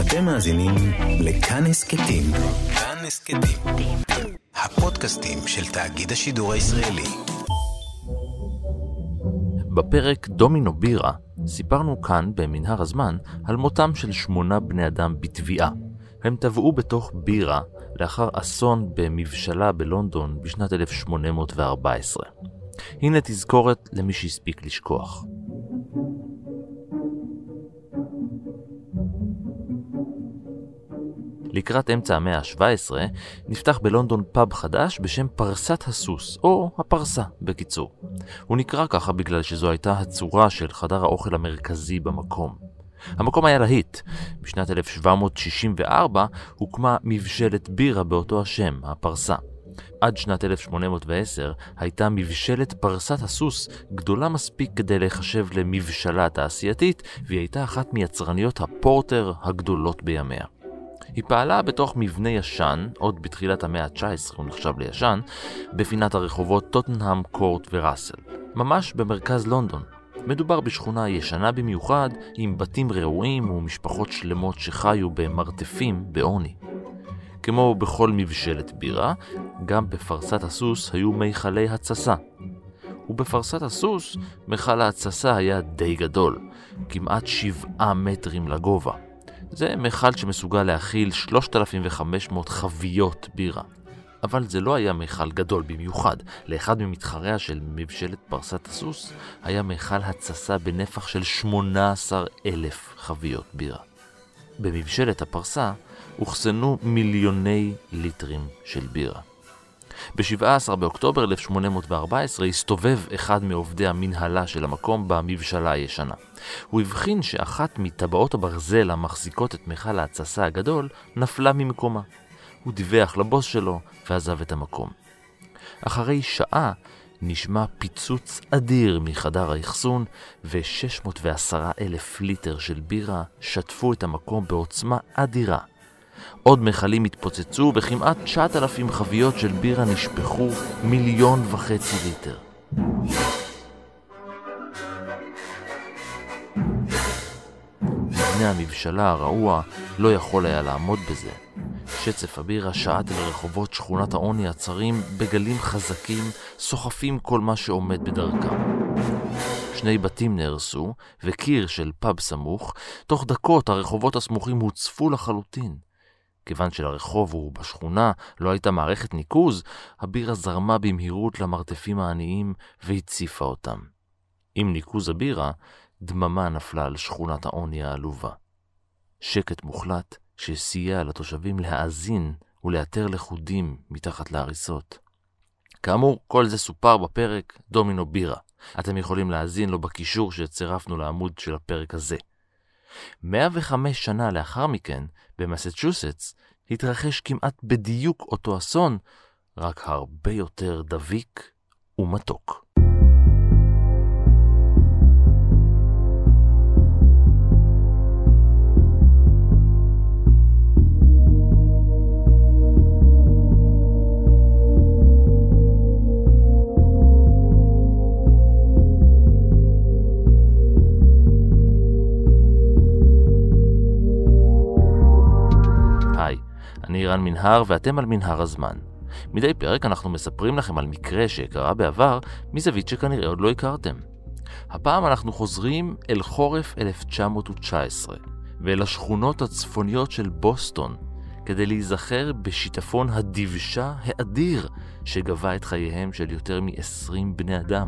אתם מאזינים לכאן הסכתים. כאן הסכתים. הפודקאסטים של תאגיד השידור הישראלי. בפרק דומינו בירה סיפרנו כאן במנהר הזמן על מותם של 8 בני אדם בתביעה. הם טבעו בתוך בירה לאחר אסון במבשלה בלונדון בשנת 1814. הנה תזכורת למי שהספיק לשכוח. לקראת אמצע המאה ה-17 נפתח בלונדון פאב חדש בשם פרסת הסוס, או הפרסה בקיצור. הוא נקרא ככה בגלל שזו הייתה הצורה של חדר האוכל המרכזי במקום. המקום היה להיט. בשנת 1764 הוקמה מבשלת בירה באותו השם, הפרסה. עד שנת 1810 הייתה מבשלת פרסת הסוס גדולה מספיק כדי להיחשב למבשלה תעשייתית, והיא הייתה אחת מיצרניות הפורטר הגדולות בימיה. היא פעלה בתוך מבנה ישן, עוד בתחילת המאה ה-19 הוא נחשב לישן, בפינת הרחובות טוטנהאם, קורט וראסל, ממש במרכז לונדון. מדובר בשכונה ישנה במיוחד, עם בתים רעועים ומשפחות שלמות שחיו במרתפים בעוני. כמו בכל מבשלת בירה, גם בפרסת הסוס היו מיכלי התססה. ובפרסת הסוס, מיכל ההתססה היה די גדול, כמעט 7 מטרים לגובה. זה מיכל שמסוגל להכיל 3,500 חביות בירה. אבל זה לא היה מיכל גדול במיוחד. לאחד ממתחריה של מבשלת פרסת הסוס היה מיכל התססה בנפח של 18,000 חביות בירה. במבשלת הפרסה הוחסנו מיליוני ליטרים של בירה. ב-17 באוקטובר 1814 הסתובב אחד מעובדי המנהלה של המקום במבשלה הישנה. הוא הבחין שאחת מטבעות הברזל המחזיקות את מיכל ההתססה הגדול נפלה ממקומה. הוא דיווח לבוס שלו ועזב את המקום. אחרי שעה נשמע פיצוץ אדיר מחדר האחסון, ו-610,000 ליטר של בירה שטפו את המקום בעוצמה אדירה. עוד מכלים התפוצצו, וכמעט 9,000 חביות של בירה נשפכו, 1.5 מיליון ליטר. מבנה המבשלה הרעוע לא יכול היה לעמוד בזה. שצף הבירה שעט אל רחובות שכונת העוני הצרים בגלים חזקים, סוחפים כל מה שעומד בדרכם. 2 בתים נהרסו, וקיר של פאב סמוך. תוך דקות הרחובות הסמוכים הוצפו לחלוטין. כיוון שלרחוב ובשכונה לא הייתה מערכת ניקוז, הבירה זרמה במהירות למרתפים העניים והציפה אותם. עם ניקוז הבירה, דממה נפלה על שכונת העוני העלובה. שקט מוחלט שסייע לתושבים להאזין ולאתר לחודים מתחת להריסות. כאמור, כל זה סופר בפרק דומינו בירה. אתם יכולים להאזין לו בקישור שצירפנו לעמוד של הפרק הזה. 105 שנה לאחר מכן, במסצ'וסטס, התרחש כמעט בדיוק אותו אסון, רק הרבה יותר דביק ומתוק. אני רן מנהר ואתם על מנהר הזמן. מדי פרק אנחנו מספרים לכם על מקרה שקרה בעבר מזווית שכנראה עוד לא הכרתם. הפעם אנחנו חוזרים אל חורף 1919 ואל השכונות הצפוניות של בוסטון כדי להיזכר בשיטפון הדבשה האדיר שגבה את חייהם של יותר מ-20 בני אדם.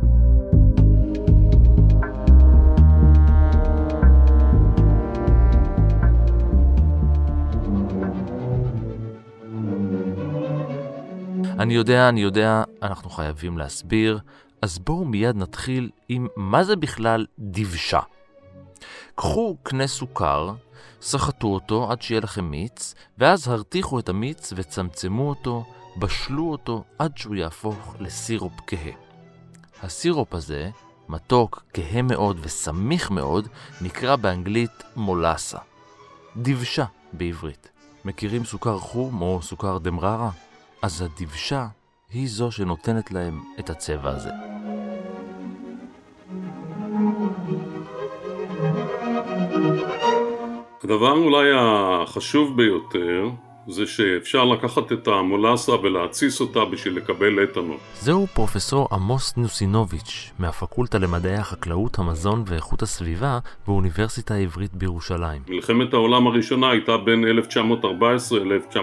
אני יודע, אנחנו חייבים להסביר, אז בואו מיד נתחיל עם מה זה בכלל דבשה. קחו קנה סוכר, סחטו אותו עד שיהיה לכם מיץ, ואז הרתיחו את המיץ וצמצמו אותו, בשלו אותו עד שהוא יהפוך לסירופ כהה. הסירופ הזה, מתוק, כהה מאוד וסמיך מאוד, נקרא באנגלית מולאסה. דבשה בעברית. מכירים סוכר חום או סוכר דמררה? אז הדבשה היא זו שנותנת להם את הצבע הזה. הדבר אולי החשוב ביותר זה שאפשר לקחת את המולאסה ולהציס אותה בשביל לקבל אתנול. זהו פרופסור עמוס ניוסינוביץ' מהפקולטה למדעי החקלאות, המזון ואיכות הסביבה באוניברסיטה העברית בירושלים. מלחמת העולם הראשונה הייתה בין 1914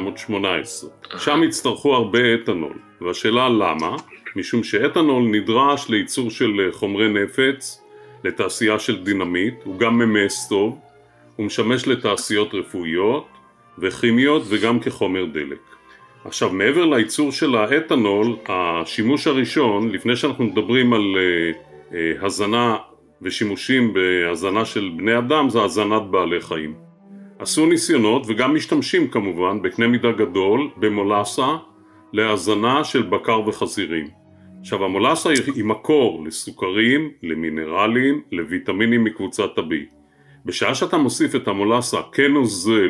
ל-1918. שם הצטרכו הרבה אתנול. והשאלה למה? משום שאתנול נדרש לייצור של חומרי נפץ, לתעשייה של דינמיט, הוא גם ממס טוב, הוא משמש לתעשיות רפואיות וכימיות וגם כחומר דלק. עכשיו, מעבר לייצור של האתנול, השימוש הראשון, לפני שאנחנו מדברים על הזנה ושימושים בהזנה של בני אדם, זה הזנת בעלי חיים. עשו ניסיונות וגם משתמשים כמובן בקנה מידה גדול במולאסה להזנה של בקר וחזירים. עכשיו, המולאסה היא מקור לסוכרים, למינרלים, לויטמינים מקבוצת ה-B. בשעה שאתה מוסיף את המולאסה כנוזל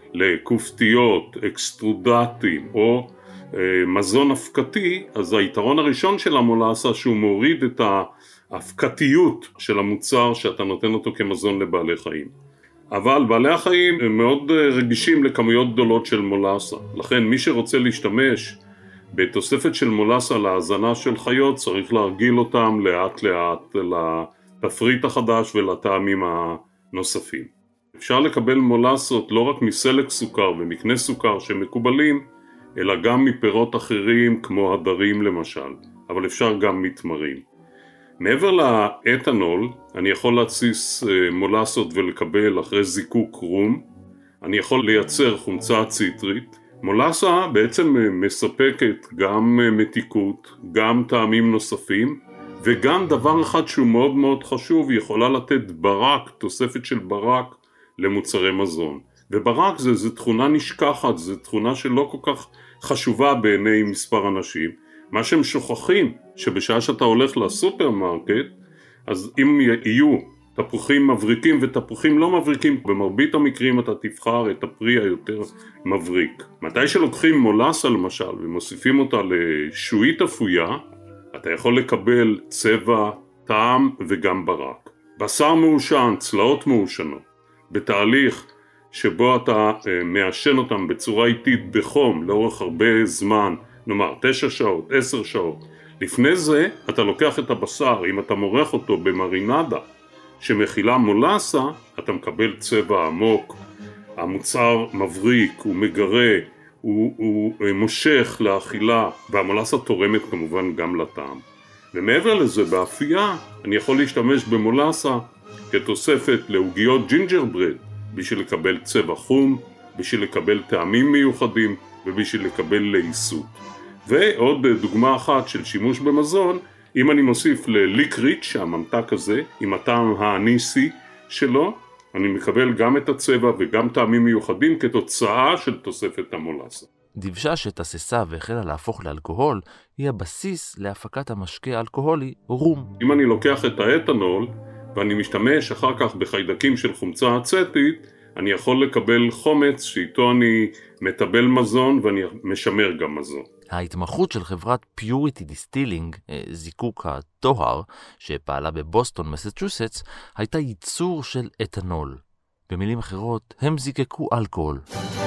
לכופתיות, אקסטרודטים או מזון אבקתי, אז היתרון הראשון של המולאסה שהוא מוריד את האבקתיות של המוצר שאתה נותן אותו כמזון לבעלי חיים. אבל בעלי החיים הם מאוד רגישים לכמויות גדולות של מולאסה. לכן מי שרוצה להשתמש בתוספת של מולאסה להזנה של חיות צריך להרגיל אותם לאט לאט לתפריט החדש ולטעמים הנוספים. אפשר לקבל מולאסות לא רק מסלק סוכר ומקנה סוכר שמקובלים, אלא גם מפירות אחרים כמו הדרים למשל, אבל אפשר גם מתמרים. מעבר לאתנול, אני יכול להציס מולאסות ולקבל אחרי זיקוק רום, אני יכול לייצר חומצה ציטרית. מולאסה בעצם מספקת גם מתיקות, גם טעמים נוספים, וגם דבר אחד שהוא מאוד מאוד חשוב, היא יכולה לתת ברק, תוספת של ברק למוצרי מזון. וברק זה תכונה נשכחת, זה תכונה שלא כל כך חשובה בעיני מספר אנשים. מה שהם שוכחים, שבשעה שאתה הולך לסופרמרקט, אז אם יהיו תפוחים מבריקים ותפוחים לא מבריקים, במרבית המקרים אתה תבחר את הפרי היותר מבריק. מתי שלוקחים מולאסה למשל ומוסיפים אותה לשועית אפויה, אתה יכול לקבל צבע, טעם וגם ברק. בשר מעושן, צלעות מעושנות, בתהליך שבו אתה מאשן אותם בצורה איטית בחום לאורך הרבה זמן, נאמר 9 שעות, 10 שעות. לפני זה אתה לוקח את הבשר, אם אתה מורח אותו במרינדה שמכילה מולאסה, אתה מקבל צבע עמוק, המוצר מבריק, הוא מגרה, הוא מושך לאכילה, והמולאסה תורמת כמובן גם לטעם. ומעבר לזה, באפייה אני יכול להשתמש במולאסה כתוספת לעוגיות ג'ינג'ר ברד, בשביל לקבל צבע חום, בשביל לקבל טעמים מיוחדים ובשביל לקבל לעיסות. ועוד דוגמה אחת של שימוש במזון, אם אני מוסיף לליקריץ', הממתק הזה, עם הטעם האניסי שלו, אני מקבל גם את הצבע וגם טעמים מיוחדים כתוצאה של תוספת המולאסה. דבשה שתססה והחלה להפוך לאלכוהול, היא הבסיס להפקת המשקה אלכוהולי רום. אם אני לוקח את האתנול ואני משתמש אחר כך בחיידקים של חומצה אצטית, אני יכול לקבל חומץ שאיתו אני מטבל מזון ואני משמר גם מזון. ההתמחות של חברת פיוריטי דיסטילינג, זיקוק הטוהר, שפעלה בבוסטון, מסצ'וסטס, הייתה ייצור של אתנול. במילים אחרות, הם זיקקו אלכוהול.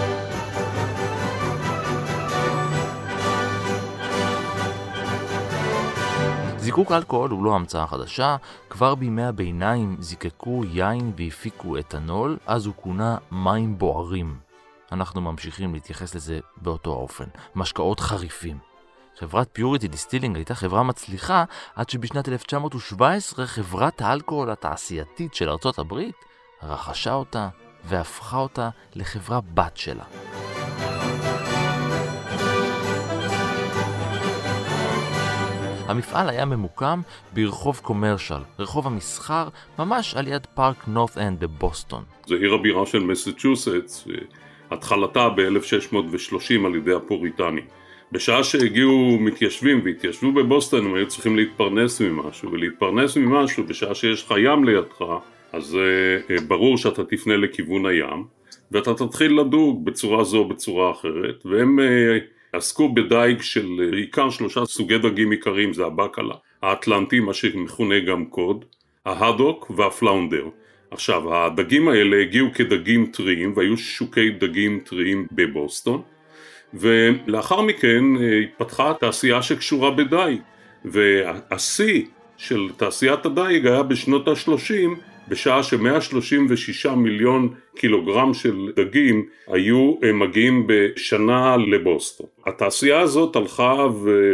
זיקוק אלכוהול הוא לא המצאה חדשה, כבר בימי הביניים זיקקו יין והפיקו אתנול, אז הוא כונה מים בוערים. אנחנו ממשיכים להתייחס לזה באותו האופן, משקאות חריפים. חברת פיוריטי דיסטילינג הייתה חברה מצליחה, עד שבשנת 1917 חברת האלכוהול התעשייתית של ארצות הברית רכשה אותה והפכה אותה לחברה בת שלה. המפעל היה ממוקם ברחוב קומרשל, רחוב המסחר, ממש על יד פארק נורת' אנד בבוסטון. זה עיר הבירה של מסצ'וסטס, התחלתה ב-1630 על ידי הפוריטנים. בשעה שהגיעו מתיישבים והתיישבו בבוסטון, הם היו צריכים להתפרנס ממשהו, ולהתפרנס ממשהו בשעה שיש לך ים לידך, אז ברור שאתה תפנה לכיוון הים, ואתה תתחיל לדוג בצורה זו או בצורה אחרת, והם עסקו בדייג של עיקר 3 סוגי דגים עיקריים, זה הבקלה, האטלנטי, מה שמכונה גם קוד, ההדוק והפלאונדר. עכשיו, הדגים האלה הגיעו כדגים טריים, והיו שוקי דגים טריים בבוסטון, ולאחר מכן התפתחה תעשייה שקשורה בדייג, והשיא של תעשיית הדייג היה בשנות ה-30, בשעה ש136 מיליון קילוגרם של דגים היו מגיעים בשנה לבוסטון. התעשייה הזאת הלכה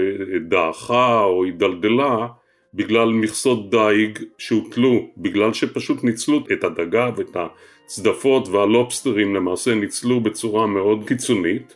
ודעכה או הידלדלה בגלל מכסות דייג שהוטלו, בגלל שפשוט ניצלו את הדגה ואת הצדפות והלובסטרים למעשה ניצלו בצורה מאוד קיצונית,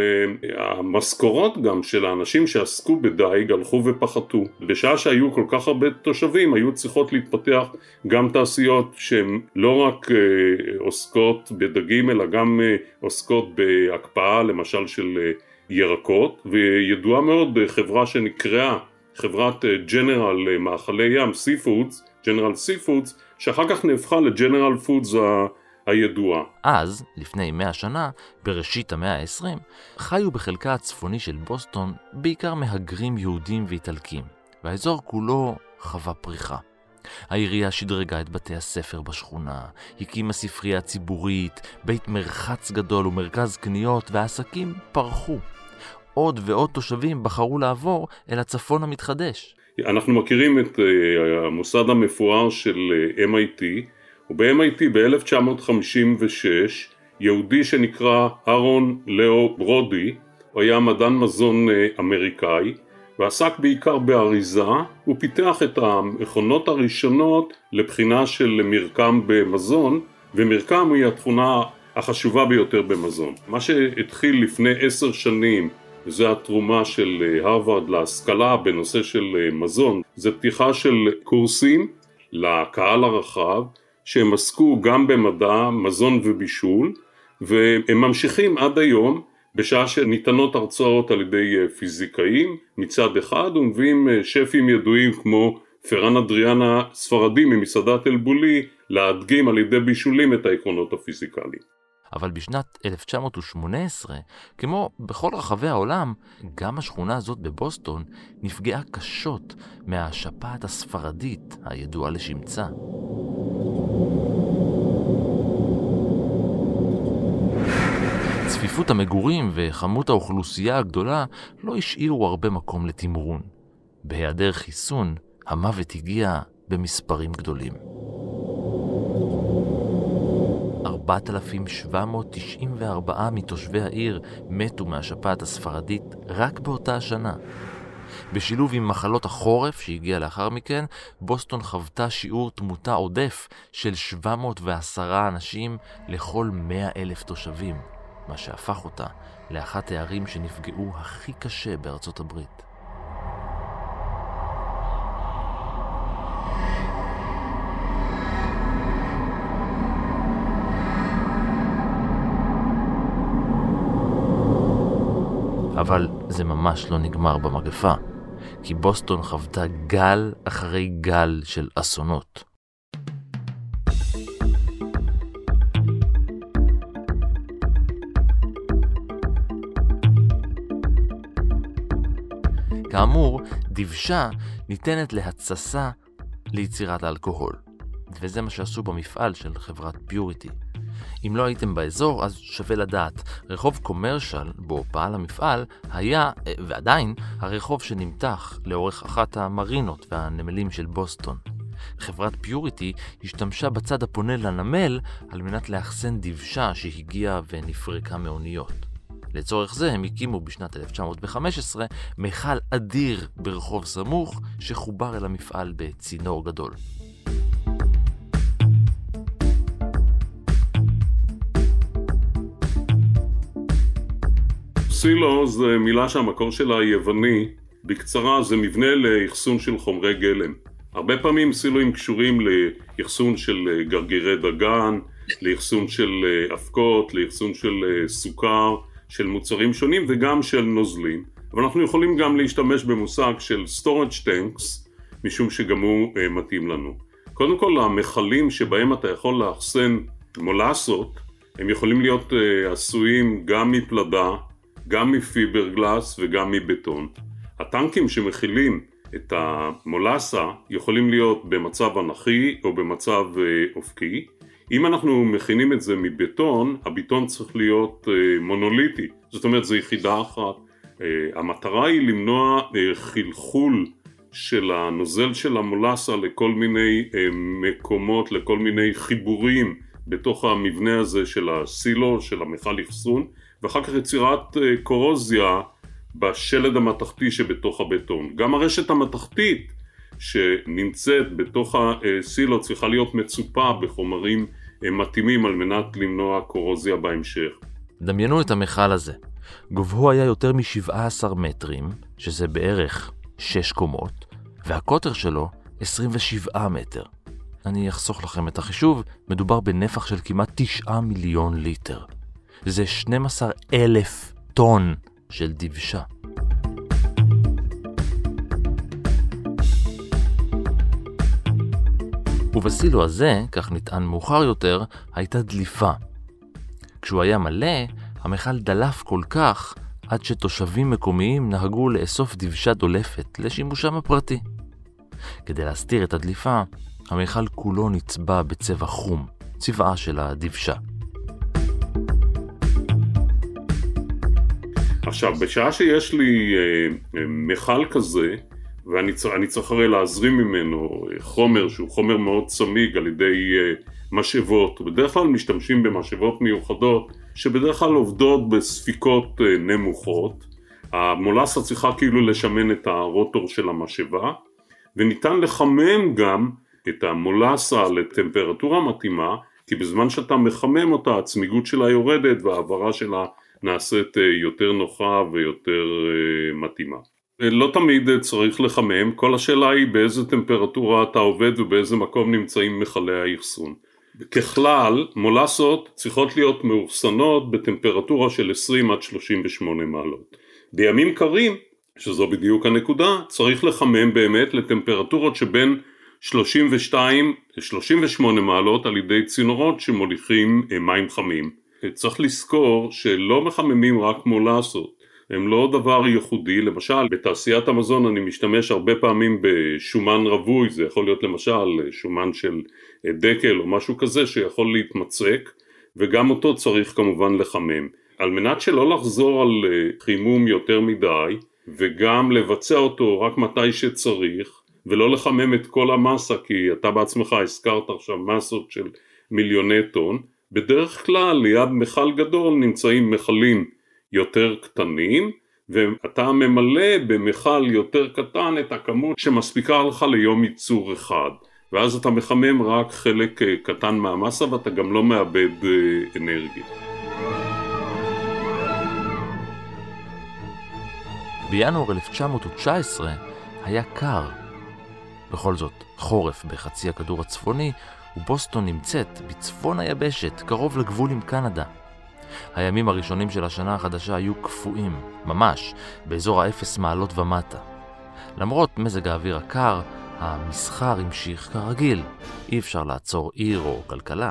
והמשכורות גם של האנשים שעסקו בדייג הלכו ופחתו. בשעה שהיו כל כך הרבה תושבים היו צריכות להתפתח גם תעשיות שהן לא רק עוסקות בדגים אלא גם עוסקות בהקפאה למשל של ירקות, וידועה מאוד חברה שנקראה חברת ג'נרל מאכלי ים, ג'נרל סי פודס, שאחר כך נהפכה לג'נרל פודס הידועה. אז, לפני 100 שנה, בראשית המאה ה-20, חיו בחלקה הצפוני של בוסטון בעיקר מהגרים יהודים ואיטלקים, והאזור כולו חווה פריחה. העירייה שדרגה את בתי הספר בשכונה, הקימה ספרייה ציבורית, בית מרחץ גדול ומרכז קניות, והעסקים פרחו. עוד ועוד תושבים בחרו לעבור אל הצפון המתחדש. אנחנו מכירים את המוסד המפואר של MIT, וב-MIT ב-1956 יהודי שנקרא אהרון לאו ברודי, הוא היה מדען מזון אמריקאי ועסק בעיקר באריזה. הוא פיתח את המכונות הראשונות לבחינה של מרקם במזון, ומרקם היא התכונה החשובה ביותר במזון. מה שהתחיל לפני 10 שנים, וזה התרומה של הרווארד להשכלה בנושא של מזון, זה פתיחה של קורסים לקהל הרחב שהם עסקו גם במדע, מזון ובישול, והם ממשיכים עד היום בשעה שניתנות הרצאות על ידי פיזיקאים מצד אחד, ומביאים שפים ידועים כמו פרן אדריאנה ספרדי ממסעדת אלבולי להדגים על ידי בישולים את העקרונות הפיזיקליים. אבל בשנת 1918, כמו בכל רחבי העולם, גם השכונה הזאת בבוסטון נפגעה קשות מהשפעת הספרדית הידועה לשמצה. צפיפות המגורים וכמות האוכלוסייה הגדולה לא השאירו הרבה מקום לתמרון. בהיעדר חיסון, המוות הגיע במספרים גדולים. 4,794 מתושבי העיר מתו מהשפעת הספרדית רק באותה השנה. בשילוב עם מחלות החורף שהגיע לאחר מכן, בוסטון חוותה שיעור תמותה עודף של 710 אנשים לכל 100,000 תושבים, מה שהפך אותה לאחת הערים שנפגעו הכי קשה בארצות הברית. אבל זה ממש לא נגמר במגפה, כי בוסטון חוותה גל אחרי גל של אסונות. כאמור, דבשה ניתנת להצסה ליצירת אלכוהול, וזה מה שעשו במפעל של חברת פיוריטי. אם לא הייתם באזור, אז שווה לדעת. רחוב קומרשל, בו פעל המפעל, היה, ועדיין, הרחוב שנמתח לאורך אחת המרינות והנמלים של בוסטון. חברת פיוריטי השתמשה בצד הפונה לנמל על מנת לאחסן דבשה שהגיעה ונפרקה מאוניות. לצורך זה הם הקימו בשנת 1915 מיכל אדיר ברחוב סמוך שחובר אל המפעל בצינור גדול. סילו זה מילה שהמקור שלה יווני. בקצרה זה מבנה לאחסון של חומרי גלם. הרבה פעמים סילואים קשורים לאחסון של גרגירי דגן, לאחסון של אבקות, לאחסון של סוכר, של מוצרים שונים וגם של נוזלים. אבל אנחנו יכולים גם להשתמש במושג של storage tanks, משום שגם הוא מתאים לנו. קודם כל, המכלים שבהם אתה יכול לאחסן מולסות, הם יכולים להיות עשויים גם מפלדה, גם מפיברגלס וגם מבטון. הטנקים שמכילים את המולסה יכולים להיות במצב אנכי או במצב אופקי. אם אנחנו מכינים את זה מבטון, הבטון צריך להיות מונוליטי, זאת אומרת זו יחידה אחת. המטרה היא למנוע חלחול של הנוזל של המולסה לכל מיני מקומות, לכל מיני חיבורים בתוך המבנה הזה של הסילו, של המכל אחסון, ואחר כך יצירת קורוזיה בשלד המתכתי שבתוך הבטון. גם הרשת המתכתית שנמצאת בתוך הסילו צריכה להיות מצופה בחומרים מתאימים על מנת למנוע קורוזיה בהמשך. דמיינו את המכל הזה. גובהו היה יותר מ-17 מטרים, שזה בערך 6 קומות, והקוטר שלו 27 מטר. אני אחסוך לכם את החישוב, מדובר בנפח של כמעט 9 מיליון ליטר. זה 12,000 טון של דבשה. ובסילו הזה, כך נטען מאוחר יותר, הייתה דליפה. כשהוא היה מלא, המכל דלף כל כך, עד שתושבים מקומיים נהגו לאסוף דבשה דולפת לשימושם הפרטי. כדי להסתיר את הדליפה, המכל כולו נצבע בצבע חום, צבעה של הדבשה. עכשיו, בשעה שיש לי מכל כזה, ואני צריך הרי להזרים ממנו חומר שהוא חומר מאוד צמיג על ידי משאבות, בדרך כלל משתמשים במשאבות מיוחדות שבדרך כלל עובדות בספיקות נמוכות. המולסה צריכה כאילו לשמן את הרוטור של המשאבה, וניתן לחמם גם את המולסה לטמפרטורה מתאימה, כי בזמן שאתה מחמם אותה הצמיגות שלה יורדת והעברה שלה נעשית יותר נוחה ויותר מתאימה. לא תמיד צריך לחמם, כל השאלה היא באיזה טמפרטורה אתה עובד ובאיזה מקום נמצאים מכלי האחסון. ככלל, מולסות צריכות להיות מאוחסנות בטמפרטורה של 20 עד 38 מעלות. בימים קרים, שזו בדיוק הנקודה, צריך לחמם באמת לטמפרטורות שבין 32 ל-38 מעלות על ידי צינורות שמוליכים מים חמים. צריך לזכור שלא מחממים רק מולסות. הם לא דבר ייחודי, למשל בתעשיית המזון אני משתמש הרבה פעמים בשומן רווי, זה יכול להיות למשל שומן של דקל או משהו כזה שיכול להתמצק, וגם אותו צריך כמובן לחמם. על מנת שלא לחזור על חימום יותר מדי, וגם לבצע אותו רק מתי שצריך, ולא לחמם את כל המסה, כי אתה בעצמך הזכרת עכשיו מסות של מיליוני טון, בדרך כלל ליד מכל גדול נמצאים מכלים יותר קטנים, ואתה ממלא במכל יותר קטן את הכמות שמספיקה לך ליום ייצור אחד, ואז אתה מחמם רק חלק קטן מהמסה ואתה גם לא מאבד אנרגיה. בינואר 1919 היה קר. בכל זאת, חורף בחצי הכדור הצפוני, ובוסטון נמצאת בצפון היבשת, קרוב לגבול עם קנדה. הימים הראשונים של השנה החדשה היו קפואים, ממש, באזור ה-0 מעלות ומטה. למרות מזג האוויר הקר, המסחר המשיך כרגיל. אי אפשר לעצור עיר או כלכלה.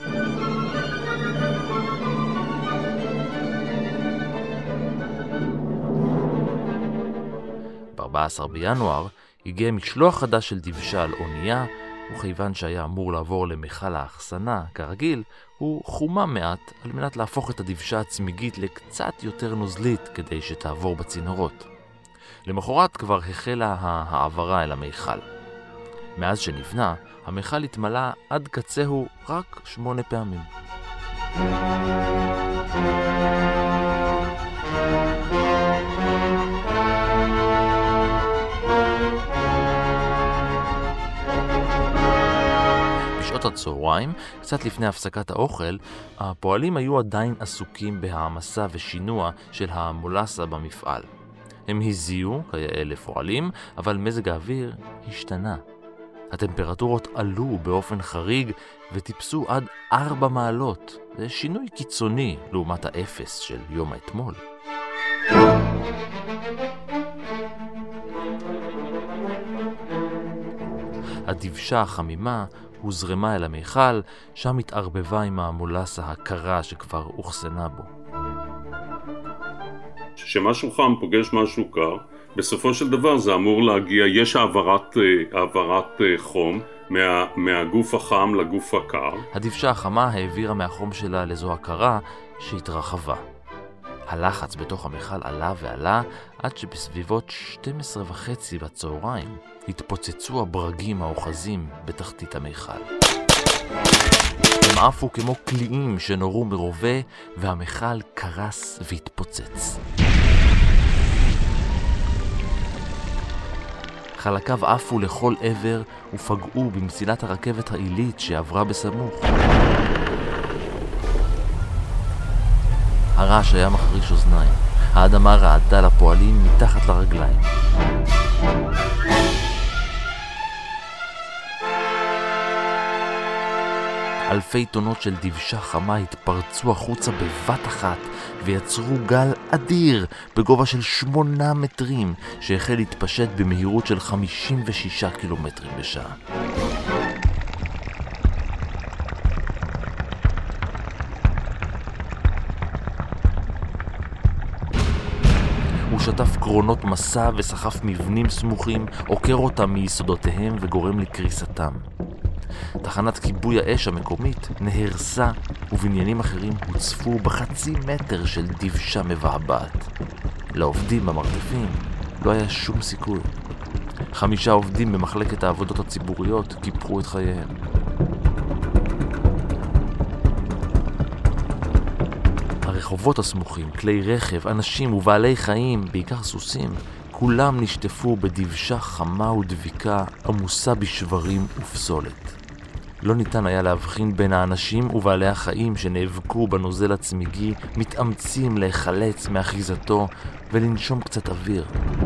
ב-14 בינואר הגיע משלוח חדש של דבשה על אונייה, וכיוון שהיה אמור לעבור למכל האחסנה כרגיל, הוא חומם מעט על מנת להפוך את הדבשה הצמיגית לקצת יותר נוזלית כדי שתעבור בצינורות. למחרת כבר החלה העברה אל המכל. מאז שנבנה, המכל התמלא עד קצהו רק 8 פעמים. בשעות הצהריים, קצת לפני הפסקת האוכל, הפועלים היו עדיין עסוקים בהעמסה ושינוע של המולסה במפעל. הם הזיעו כיאה לפועלים, אבל מזג האוויר השתנה. הטמפרטורות עלו באופן חריג וטיפסו עד 4 מעלות. זה שינוי קיצוני לעומת האפס של יום האתמול. הדבשה החמימה הוזרמה אל המכל, שם התערבבה עם המולסה הקרה שכבר הוחסנה בו. שמשהו חם פוגש משהו קר, בסופו של דבר זה אמור להגיע, יש העברת חום מהגוף החם לגוף הקר. הדבשה החמה העבירה מהחום שלה לזו הקרה שהתרחבה. הלחץ בתוך המכל עלה ועלה עד שבסביבות 12:30 בצהריים התפוצצו הברגים האוחזים בתחתית המכל. הם עפו כמו קליעים שנורו מרובה והמכל קרס והתפוצץ. חלקיו עפו לכל עבר ופגעו במסילת הרכבת העילית שעברה בסמוך. הרעש היה מחריש אוזניים. האדמה רעדה לפועלים מתחת לרגליים. אלפי טונות של דבשה חמה התפרצו החוצה בבת אחת ויצרו גל אדיר בגובה של 8 מטרים שהחל להתפשט במהירות של 56 קילומטרים בשעה. הוא שטף קרונות מסע וסחף מבנים סמוכים, עוקר אותם מיסודותיהם וגורם לקריסתם. תחנת כיבוי האש המקומית נהרסה ובניינים אחרים הוצפו בחצי מטר של דבשה מבעבעת. לעובדים במרתפים לא היה שום סיכוי. 5 עובדים במחלקת העבודות הציבוריות קיפחו את חייהם. הרחובות הסמוכים, כלי רכב, אנשים ובעלי חיים, בעיקר סוסים, כולם נשטפו בדבשה חמה ודביקה עמוסה בשברים ופסולת. לא ניתן היה להבחין בין האנשים ובעלי החיים שנאבקו בנוזל הצמיגי, מתאמצים להיחלץ מאחיזתו ולנשום קצת אוויר.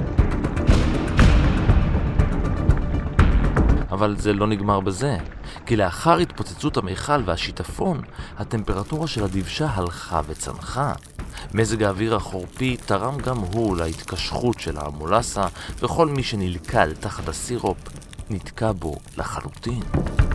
אבל זה לא נגמר בזה, כי לאחר התפוצצות המכל והשיטפון, הטמפרטורה של הדבשה הלכה וצנחה. מזג האוויר החורפי תרם גם הוא להתקשחות של המולסה, וכל מי שנלקל תחת הסירופ נתקע בו לחלוטין.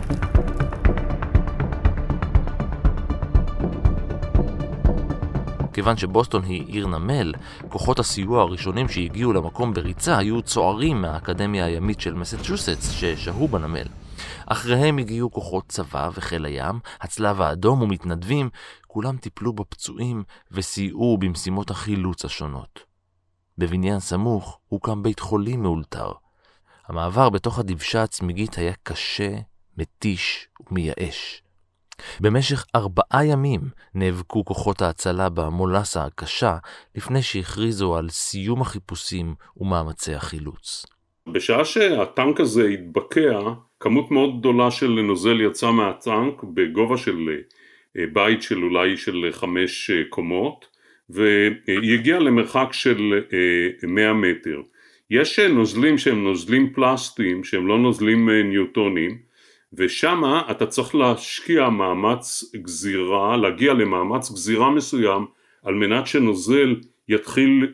כיוון שבוסטון היא עיר נמל, כוחות הסיוע הראשונים שהגיעו למקום בריצה היו צוערים מהאקדמיה הימית של מסצ'וסטס ששהו בנמל. אחריהם הגיעו כוחות צבא וחיל הים, הצלב האדום ומתנדבים, כולם טיפלו בפצועים וסייעו במשימות החילוץ השונות. בבניין סמוך הוקם בית חולים מאולתר. המעבר בתוך הדבשה הצמיגית היה קשה, מתיש ומייאש. במשך 4 ימים נאבקו כוחות ההצלה במולסה הקשה לפני שהכריזו על סיום החיפושים ומאמצי החילוץ. בשעה שהטנק הזה התבקע, כמות מאוד גדולה של נוזל יצא מהטנק בגובה של בית של אולי של 5 קומות, והיא הגיעה למרחק של 100 מטר. יש נוזלים שהם נוזלים פלסטיים, שהם לא נוזלים ניוטונים, ושם אתה צריך להשקיע מאמץ גזירה, להגיע למאמץ גזירה מסוים, על מנת שנוזל יתחיל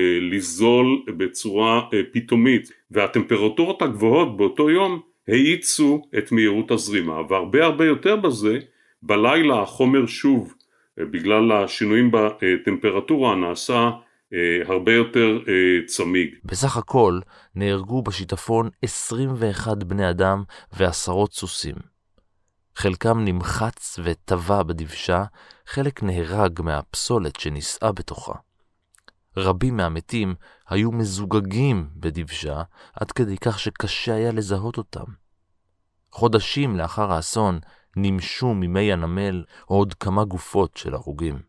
לזול בצורה פתאומית, והטמפרטורות הגבוהות באותו יום האיצו את מהירות הזרימה, והרבה יותר בזה, בלילה החומר שוב, בגלל השינויים בטמפרטורה, נעשה הרבה יותר צמיג. בסך הכל נהרגו בשיטפון 21 בני אדם ועשרות סוסים. חלקם נמחץ וטבע בדבשה, חלק נהרג מהפסולת שנישאה בתוכה. רבים מהמתים היו מזוגגים בדבשה, עד כדי כך שקשה היה לזהות אותם. חודשים לאחר האסון נמשו ממי הנמל עוד כמה גופות של הרוגים.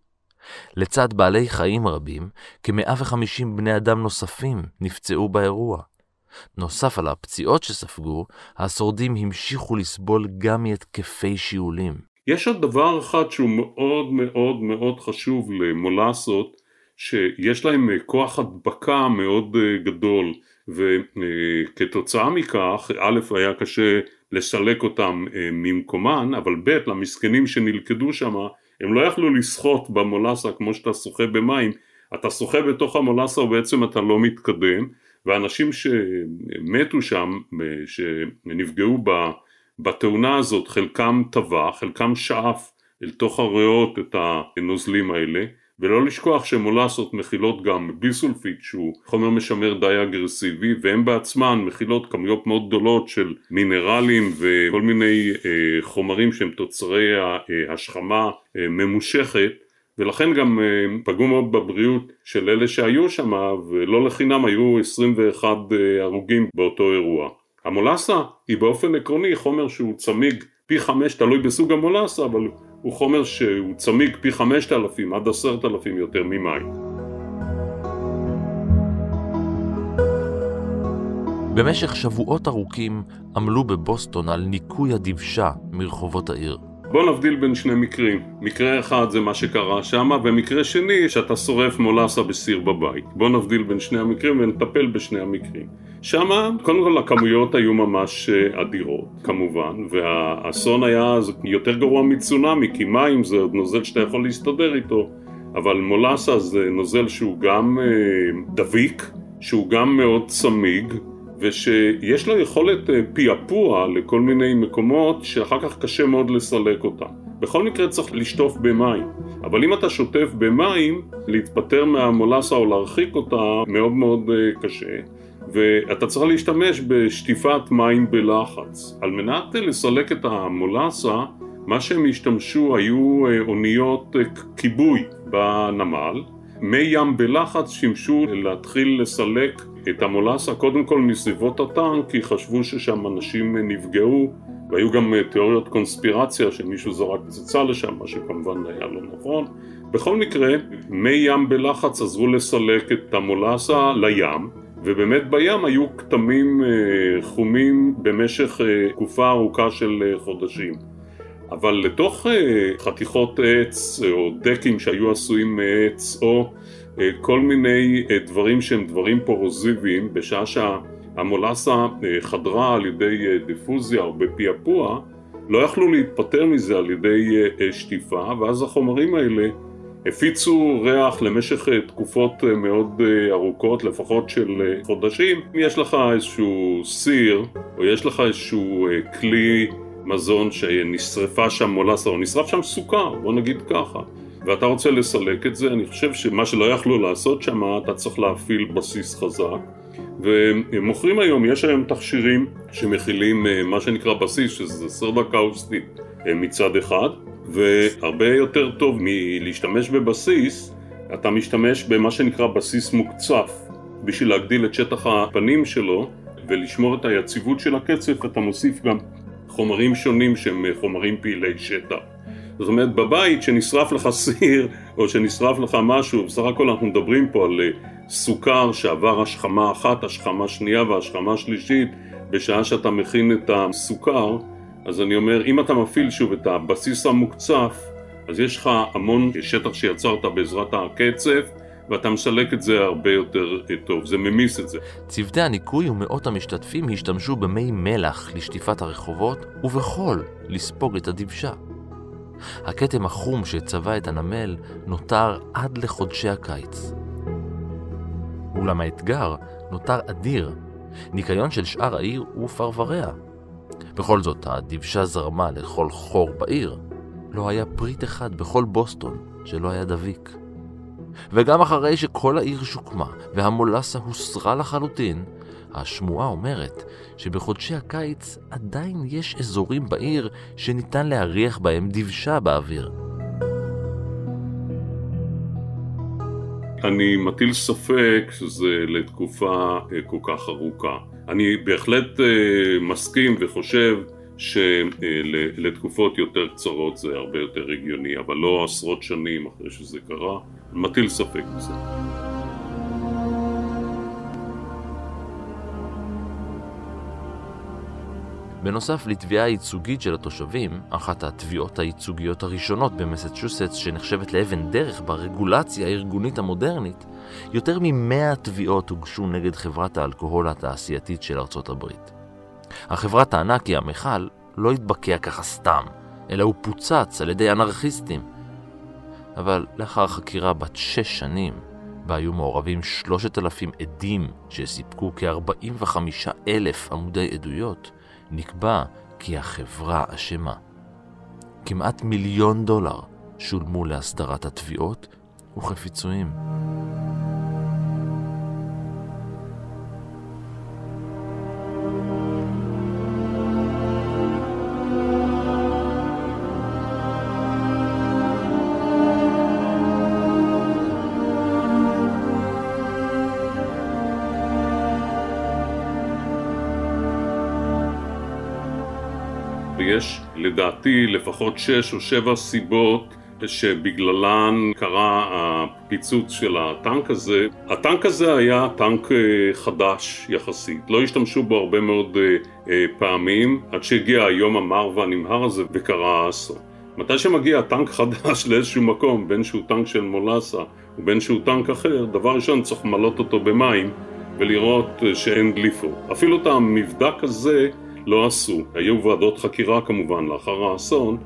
לצד בעלי חיים רבים, כ-150 בני אדם נוספים נפצעו באירוע. נוסף על הפציעות שספגו, השורדים המשיכו לסבול גם מהתקפי שיעולים. יש עוד דבר אחד שהוא מאוד מאוד מאוד חשוב למולסות, שיש להם כוח הדבקה מאוד גדול, וכתוצאה מכך, א' היה קשה לסלק אותם ממקומן, אבל ב' למסכנים שנלכדו שם, הם לא יכלו לשחות במולסה כמו שאתה שוחה במים, אתה שוחה בתוך המולסה ובעצם אתה לא מתקדם, ואנשים שמתו שם, שנפגעו בתאונה הזאת, חלקם טבע, חלקם שאף אל תוך הריאות את הנוזלים האלה, ולא לשכוח שמולסות מכילות גם ביסולפיט שהוא חומר משמר די אגרסיבי, והם בעצמן מכילות כמויות מאוד גדולות של מינרלים וכל מיני חומרים שהם תוצרי השכמה ממושכת, ולכן גם פגעו מאוד בבריאות של אלה שהיו שם, ולא לחינם היו 21 הרוגים באותו אירוע. המולסה היא באופן עקרוני חומר שהוא צמיג פי 5, תלוי בסוג המולסה, אבל הוא חומר שהוא צמיג פי 5,000 עד 10,000 יותר ממים. במשך שבועות ארוכים עמלו בבוסטון על ניקוי הדבשה מרחובות העיר. בוא נבדיל בין שני מקרים. מקרה אחד זה מה שקרה שם, ומקרה שני שאתה שורף מולסה בסיר בבית. בוא נבדיל בין שני המקרים ונטפל בשני המקרים. שם, קודם כל הכמויות היו ממש אדירות, כמובן, והאסון היה יותר גרוע מצונאמי, כי מים זה נוזל שאתה יכול להסתדר איתו, אבל מולסה זה נוזל שהוא גם דביק, שהוא גם מאוד צמיג, ושיש לו יכולת פיאפוע לכל מיני מקומות שאחר כך קשה מאוד לסלק אותם. בכל מקרה צריך לשטוף במים, אבל אם אתה שוטף במים, להתפטר מהמולסה או להרחיק אותה מאוד מאוד קשה, ואתה צריך להשתמש בשטיפת מים בלחץ. על מנת לסלק את המולסה, מה שהם השתמשו היו אוניות כיבוי בנמל. מי ים בלחץ שימשו להתחיל לסלק את המולסה קודם כל מסביבות הטנק, כי חשבו ששם אנשים נפגעו, והיו גם תיאוריות קונספירציה שמישהו זרק פצצה לשם, מה שכמובן היה לא נכון. בכל מקרה, מי ים בלחץ עזרו לסלק את המולסה לים, ובאמת בים היו כתמים חומים במשך תקופה ארוכה של חודשים. אבל לתוך חתיכות עץ או דקים שהיו עשויים מעץ או כל מיני דברים שהם דברים פורוזיביים, בשעה שהמולסה חדרה על ידי דיפוזיה או בפיאפוע, לא יכלו להתפטר מזה על ידי שטיפה, ואז החומרים האלה הפיצו ריח למשך תקופות מאוד ארוכות, לפחות של חודשים. אם יש לך איזשהו סיר או יש לך איזשהו כלי מזון שנשרפה שם מולסה או נשרף שם סוכר, בוא נגיד ככה, ואתה רוצה לסלק את זה, אני חושב שמה שלא יכלו לעשות שם, אתה צריך להפעיל בסיס חזק. ומוכרים היום, יש היום תכשירים שמכילים מה שנקרא בסיס, שזה סודה קאוסטית מצד אחד, והרבה יותר טוב מלהשתמש בבסיס, אתה משתמש במה שנקרא בסיס מוקצף. בשביל להגדיל את שטח הפנים שלו ולשמור את היציבות של הקצף, אתה מוסיף גם חומרים שונים שהם חומרים פעילי שטח. זאת אומרת, בבית שנשרף לך סיר או שנשרף לך משהו, בסך הכל אנחנו מדברים פה על סוכר שעבר השכמה אחת, השכמה שנייה והשכמה שלישית, בשעה שאתה מכין את הסוכר. אז אני אומר, אם אתה מפעיל שוב את הבסיס המוקצף, אז יש לך המון שטח שיצרת בעזרת הקצף, ואתה מסלק את זה הרבה יותר טוב, זה ממיס את זה. צוותי הניקוי ומאות המשתתפים השתמשו במי מלח לשטיפת הרחובות, ובחול לספוג את הדבשה. הכתם החום שצבע את הנמל נותר עד לחודשי הקיץ. אולם האתגר נותר אדיר, ניקיון של שאר העיר ופרבריה. בכל זאת, הדבשה זרמה לכל חור בעיר. לא היה פריט אחד בכל בוסטון שלא היה דביק. וגם אחרי שכל העיר שוקמה והמולסה הוסרה לחלוטין, השמועה אומרת שבחודשי הקיץ עדיין יש אזורים בעיר שניתן להריח בהם דבשה באוויר. אני מטיל ספק שזה לתקופה כל כך ארוכה. אני בהחלט מסכים וחושב שלתקופות יותר קצרות זה הרבה יותר הגיוני, אבל לא עשרות שנים אחרי שזה קרה. מטיל ספק בזה. בנוסף לתביעה הייצוגית של התושבים, אחת התביעות הייצוגיות הראשונות במסצ'וסטס שנחשבת לאבן דרך ברגולציה הארגונית המודרנית, יותר מ100 תביעות הוגשו נגד חברת האלכוהול התעשייתית של ארצות הברית. החברה טענה כי המכל לא התבקע ככה סתם, אלא הוא פוצץ על ידי אנרכיסטים. אבל לאחר חקירה בת 6 שנים, בה היו מעורבים 3,000 עדים שסיפקו כ-45,000 עמודי עדויות, נקבע כי החברה אשמה. כמעט $1,000,000 שולמו להסדרת התביעות, וכפיצויים. יש לדעתי לפחות 6 או 7 סיבות שבגללן קרה הפיצוץ של הטנק הזה. הטנק הזה היה טנק חדש יחסית, לא השתמשו בו הרבה מאוד פעמים עד שהגיע היום המר והנמהר הזה וקרה האסון. מתי שמגיע טנק חדש לאיזשהו מקום, בין שהוא טנק של מולאסה ובין שהוא טנק אחר, דבר ראשון צריך למלות אותו במים ולראות שאין דליפות. אפילו את המבדק הזה לא עשו. היו ועדות חקירה כמובן לאחר האסון,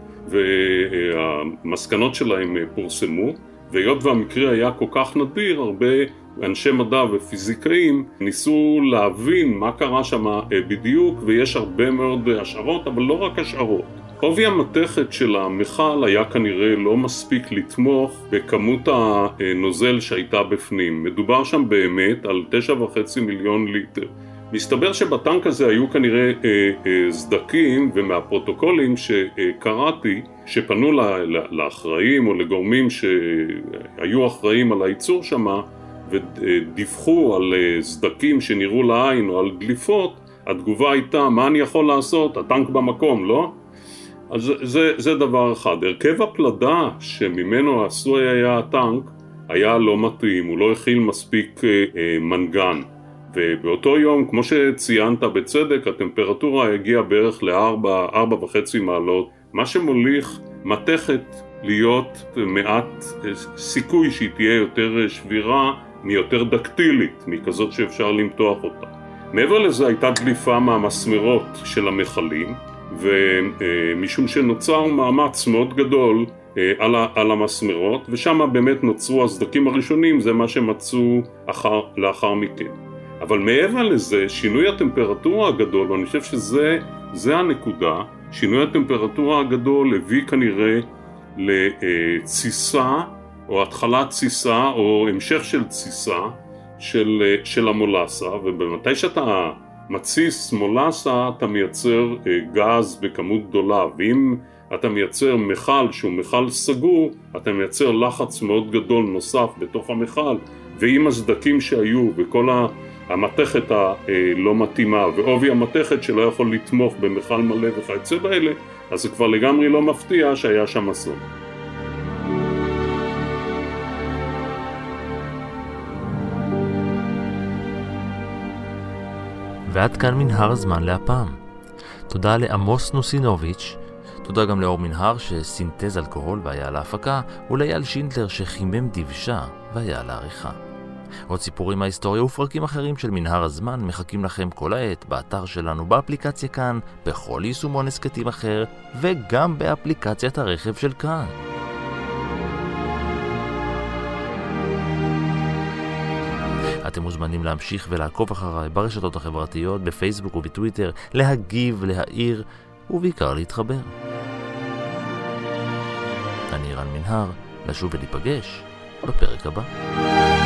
והמסקנות שלהם פורסמו, והיות והמקרה היה כל כך נדיר, הרבה אנשי מדע ופיזיקאים ניסו להבין מה קרה שם בדיוק, ויש הרבה מאוד השערות, אבל לא רק השערות. עובי המתכת של המכל היה כנראה לא מספיק לתמוך בכמות הנוזל שהייתה בפנים. מדובר שם באמת על 9.5 מיליון ליטר. מסתבר שבטנק הזה היו כנראה סדקים, ומהפרוטוקולים שקראתי שפנו לאחראים או לגורמים שהיו אחראים על הייצור שמה ודיווחו על סדקים שנראו לעין או על דליפות, התגובה הייתה מה אני יכול לעשות? הטנק במקום, לא? אז זה דבר אחד. הרכב הפלדה שממנו עשוי היה הטנק היה לא מתאים, הוא לא הכיל מספיק מנגן. ובאותו יום, כמו שציינת בצדק, הטמפרטורה הגיעה בערך ל4.5 מעלות, מה שמוליך מתכת להיות מעט סיכוי שהיא תהיה יותר שבירה, מיותר דקטילית, מכזאת שאפשר למתוח אותה. מעבר לזה הייתה דליפה מהמסמרות של המכלים, ומשום שנוצר מאמץ מאוד גדול על המסמרות, ושם באמת נוצרו הסדקים הראשונים, זה מה שמצאו לאחר מכן. אבל מעבר לזה, שינוי הטמפרטורה הגדול, ואני חושב שזה הנקודה, שינוי הטמפרטורה הגדול הביא כנראה לציסה, או התחלת ציסה, או המשך של ציסה של המולאסה, ובמתי שאתה מציס מולאסה, אתה מייצר גז בכמות גדולה, ואם אתה מייצר מכל שהוא מכל סגור, אתה מייצר לחץ מאוד גדול נוסף בתוך המכל, ועם הסדקים שהיו וכל המתכת הלא מתאימה ועובי המתכת שלא יכול לתמוך במכל מלא וכיוצא באלה, אז זה כבר לגמרי לא מפתיע שהיה שם אסון. ועד כאן מנהר הזמן להפעם. תודה לעמוס נוסינוביץ', תודה גם לאור מנהר שסינתז אלכוהול והיה על ההפקה, ולאייל שינדלר שחימם דבשה והיה על העריכה. עוד סיפורים מההיסטוריה ופרקים אחרים של מנהר הזמן מחכים לכם כל העת באתר שלנו, באפליקציה כאן, בכל יישומון הסקטים אחר, וגם באפליקציית הרכב של כאן. אתם מוזמנים להמשיך ולעקוב אחריי ברשתות החברתיות, בפייסבוק ובטוויטר, להגיב, להעיר ובעיקר להתחבר. אני רן מנהר, לשוב ולהיפגש בפרק הבא.